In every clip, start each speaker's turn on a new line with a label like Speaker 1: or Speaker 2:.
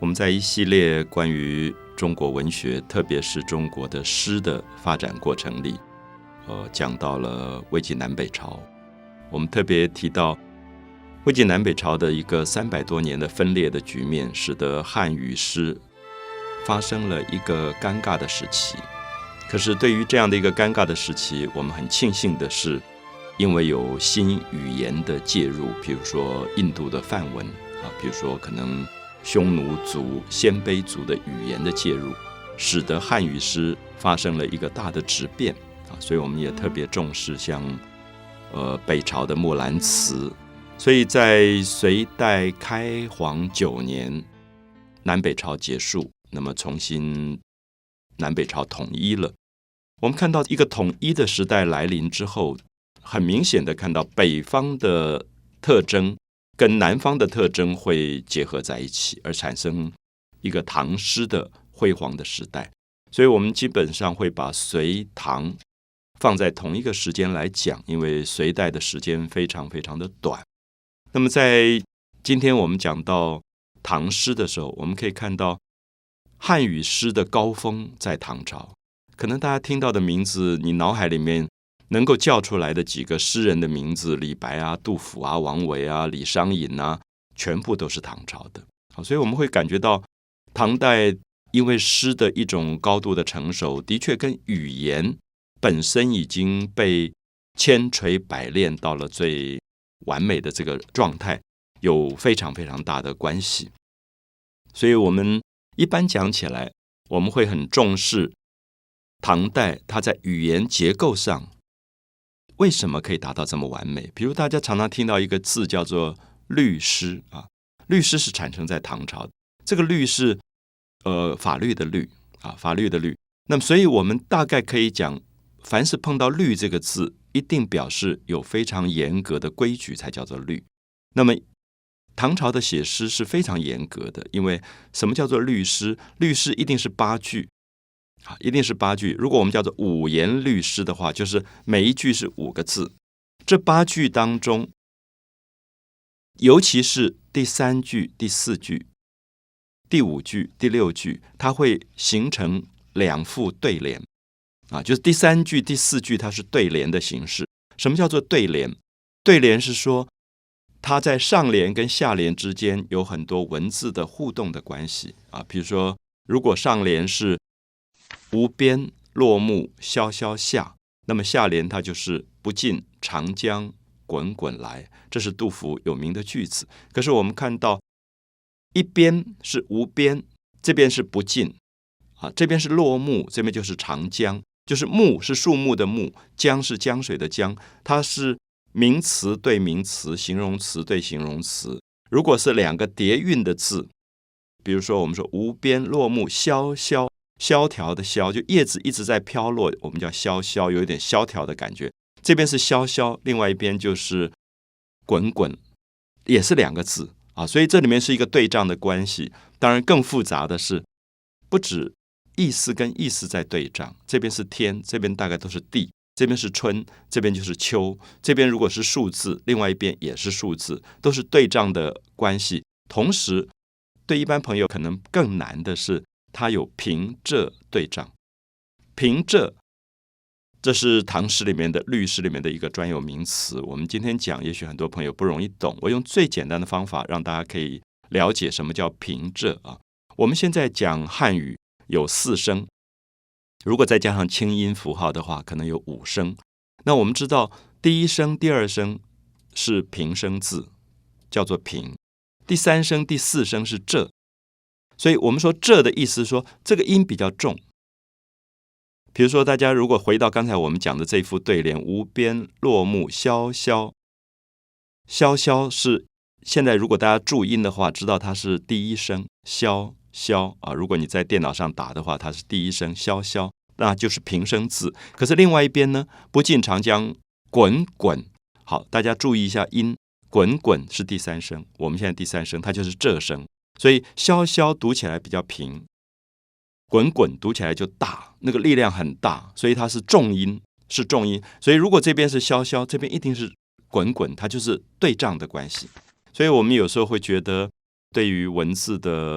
Speaker 1: 我们在一系列关于中国文学，特别是中国的诗的发展过程里，讲到了魏晋南北朝。我们特别提到魏晋南北朝的一个300多年的分裂的局面，使得汉语诗发生了一个尴尬的时期。可是对于这样的一个尴尬的时期，我们很庆幸的是，因为有新语言的介入，比如说印度的梵文比如说可能匈奴族、鲜卑族的语言的介入，使得汉语诗发生了一个大的质变所以我们也特别重视像北朝的《木兰辞》。所以在隋代开皇9年，南北朝结束，那么重新南北朝统一了。我们看到一个统一的时代来临之后，很明显的看到北方的特征跟南方的特征会结合在一起，而产生一个唐诗的辉煌的时代。所以我们基本上会把隋唐放在同一个时间来讲，因为隋代的时间非常非常的短。那么在今天我们讲到唐诗的时候，我们可以看到汉语诗的高峰在唐朝。可能大家听到的名字，你脑海里面能够叫出来的几个诗人的名字，李白啊、杜甫啊、王维啊、李商隐啊，全部都是唐朝的。所以我们会感觉到唐代因为诗的一种高度的成熟，的确跟语言本身已经被千锤百炼到了最完美的这个状态，有非常非常大的关系。所以我们一般讲起来，我们会很重视唐代它在语言结构上为什么可以达到这么完美。比如大家常常听到一个字叫做律诗律诗是产生在唐朝的。这个律是法律的律法律的律。那么所以我们大概可以讲，凡是碰到律这个字，一定表示有非常严格的规矩才叫做律。那么唐朝的写诗是非常严格的，因为什么叫做律诗？律诗一定是8句一定是8句。如果我们叫做5言律诗的话，就是每一句是5个字。这8句当中，尤其是第3句、第4句、第5句、第6句，它会形成2副对联就是第3句、第4句它是对联的形式。什么叫做对联？对联是说它在上联跟下联之间有很多文字的互动的关系比如说如果上联是无边落木萧萧下，那么下联它就是不尽长江滚滚来，这是杜甫有名的句子。可是我们看到一边是无边，这边是不尽这边是落木，这边就是长江，就是木是树木的木，江是江水的江，它是名词对名词，形容词对形容词。如果是2个叠韵的字，比如说我们说无边落木萧萧，萧条的萧，就叶子一直在飘落，我们叫萧萧，有一点萧条的感觉。这边是萧萧，另外一边就是滚滚，也是2个字所以这里面是一个对仗的关系。当然更复杂的是，不止意思跟意思在对仗，这边是天，这边大概都是地，这边是春，这边就是秋，这边如果是数字，另外一边也是数字，都是对仗的关系。同时对一般朋友可能更难的是，它有平仄对仗。平仄这是唐诗里面的律诗里面的一个专有名词，我们今天讲也许很多朋友不容易懂，我用最简单的方法让大家可以了解什么叫平仄我们现在讲汉语有4声，如果再加上清音符号的话，可能有5声。那我们知道第1声、第2声是平声字，叫做平；第3声、第4声是仄。所以我们说仄的意思是说这个音比较重。比如说大家如果回到刚才我们讲的这副对联，无边落木萧萧，萧萧是现在如果大家注音的话，知道它是第1声萧萧如果你在电脑上打的话，它是第1声萧萧，那就是平声字。可是另外一边呢，不尽长江滚滚，好，大家注意一下音，滚滚是第3声，我们现在第3声它就是仄声，所以萧萧读起来比较平，滚滚读起来就大，那个力量很大，所以它是重音，是重音。所以如果这边是萧萧，这边一定是滚滚，它就是对仗的关系。所以我们有时候会觉得，对于文字的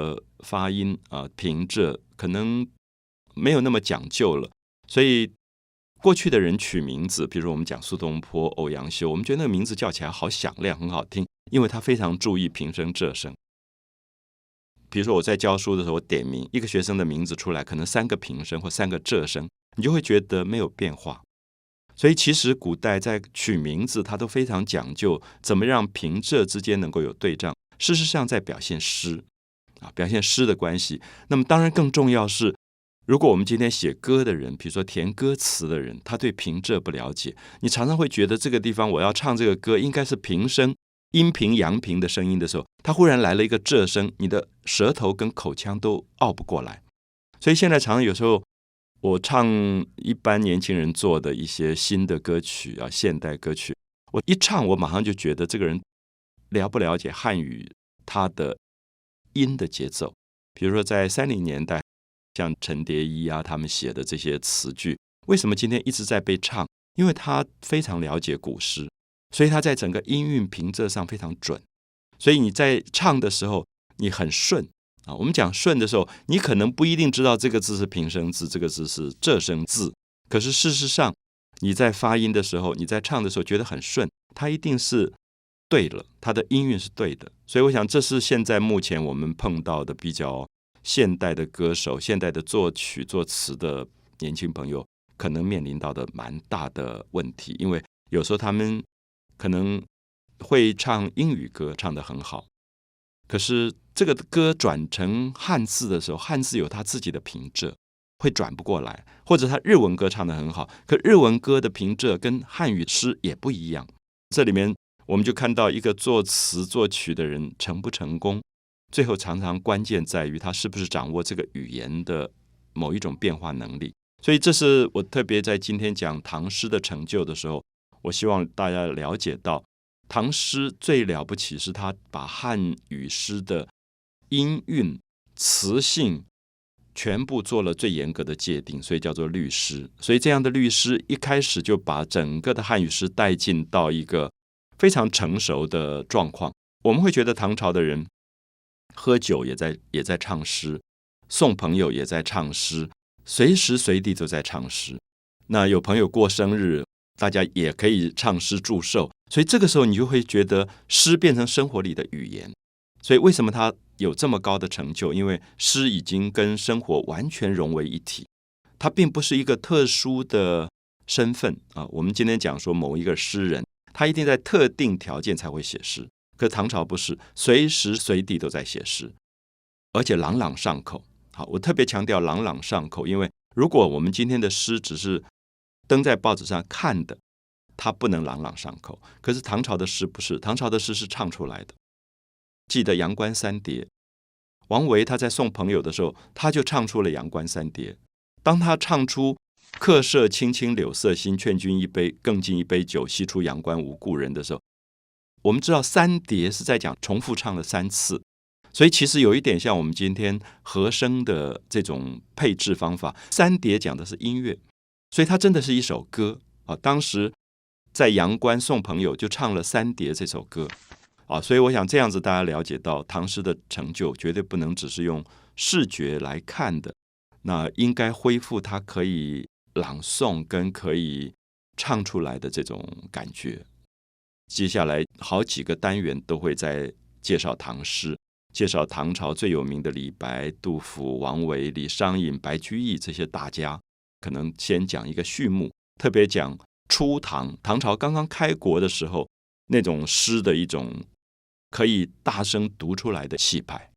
Speaker 1: 发音平仄可能没有那么讲究了，所以过去的人取名字，比如我们讲苏东坡、欧阳修，我们觉得那个名字叫起来好响亮，很好听，因为他非常注意平声仄声。比如说我在教书的时候，我点名一个学生的名字出来，可能3个平声或3个仄声，你就会觉得没有变化。所以其实古代在取名字，它都非常讲究怎么让平仄之间能够有对仗。事实上在表现诗表现诗的关系。那么当然更重要是，如果我们今天写歌的人，比如说填歌词的人，他对平仄不了解，你常常会觉得这个地方我要唱这个歌应该是平声，阴平阳平的声音的时候，他忽然来了一个仄声，你的舌头跟口腔都拗不过来。所以现在常常有时候我唱一般年轻人做的一些新的歌曲现代歌曲，我一唱我马上就觉得这个人了不了解汉语它的音的节奏。比如说在30年代，像陈蝶衣他们写的这些词句，为什么今天一直在被唱？因为他非常了解古诗，所以他在整个音韵平仄上非常准，所以你在唱的时候你很顺我们讲顺的时候，你可能不一定知道这个字是平声字，这个字是仄声字，可是事实上你在发音的时候，你在唱的时候觉得很顺，它一定是对了，它的音韵是对的。所以我想这是现在目前我们碰到的比较现代的歌手、现代的作曲作词的年轻朋友可能面临到的蛮大的问题。因为有时候他们可能会唱英语歌唱得很好，可是这个歌转成汉字的时候，汉字有他自己的平仄，会转不过来。或者他日文歌唱得很好，可日文歌的平仄跟汉语诗也不一样。这里面我们就看到一个作词作曲的人成不成功，最后常常关键在于他是不是掌握这个语言的某一种变化能力。所以这是我特别在今天讲唐诗的成就的时候，我希望大家了解到，唐诗最了不起是他把汉语诗的音韵、词性全部做了最严格的界定，所以叫做律诗。所以这样的律诗一开始就把整个的汉语诗带进到一个非常成熟的状况。我们会觉得唐朝的人喝酒也在唱诗，送朋友也在唱诗，随时随地都在唱诗。那有朋友过生日，大家也可以唱诗祝寿。所以这个时候你就会觉得诗变成生活里的语言。所以为什么它有这么高的成就？因为诗已经跟生活完全融为一体，它并不是一个特殊的身份我们今天讲说某一个诗人，他一定在特定条件才会写诗，可唐朝不是，随时随地都在写诗，而且朗朗上口。好，我特别强调朗朗上口，因为如果我们今天的诗只是登在报纸上看的，它不能朗朗上口。可是唐朝的诗不是，唐朝的诗是唱出来的。记得阳关三叠，王维他在送朋友的时候，他就唱出了阳关三叠。当他唱出客舍青青柳色新，劝君一杯更尽一杯酒，西出阳关无故人的时候，我们知道三叠是在讲重复唱了3次，所以其实有一点像我们今天和声的这种配置方法。三叠讲的是音乐，所以它真的是一首歌当时在阳关送朋友就唱了三叠这首歌所以我想这样子大家了解到唐诗的成就绝对不能只是用视觉来看的，那应该恢复它可以朗诵跟可以唱出来的这种感觉。接下来好几个单元都会在介绍唐诗，介绍唐朝最有名的李白、杜甫、王维、李商隐、白居易这些大家。可能先讲一个序幕，特别讲初唐，唐朝刚刚开国的时候，那种诗的一种可以大声读出来的气派。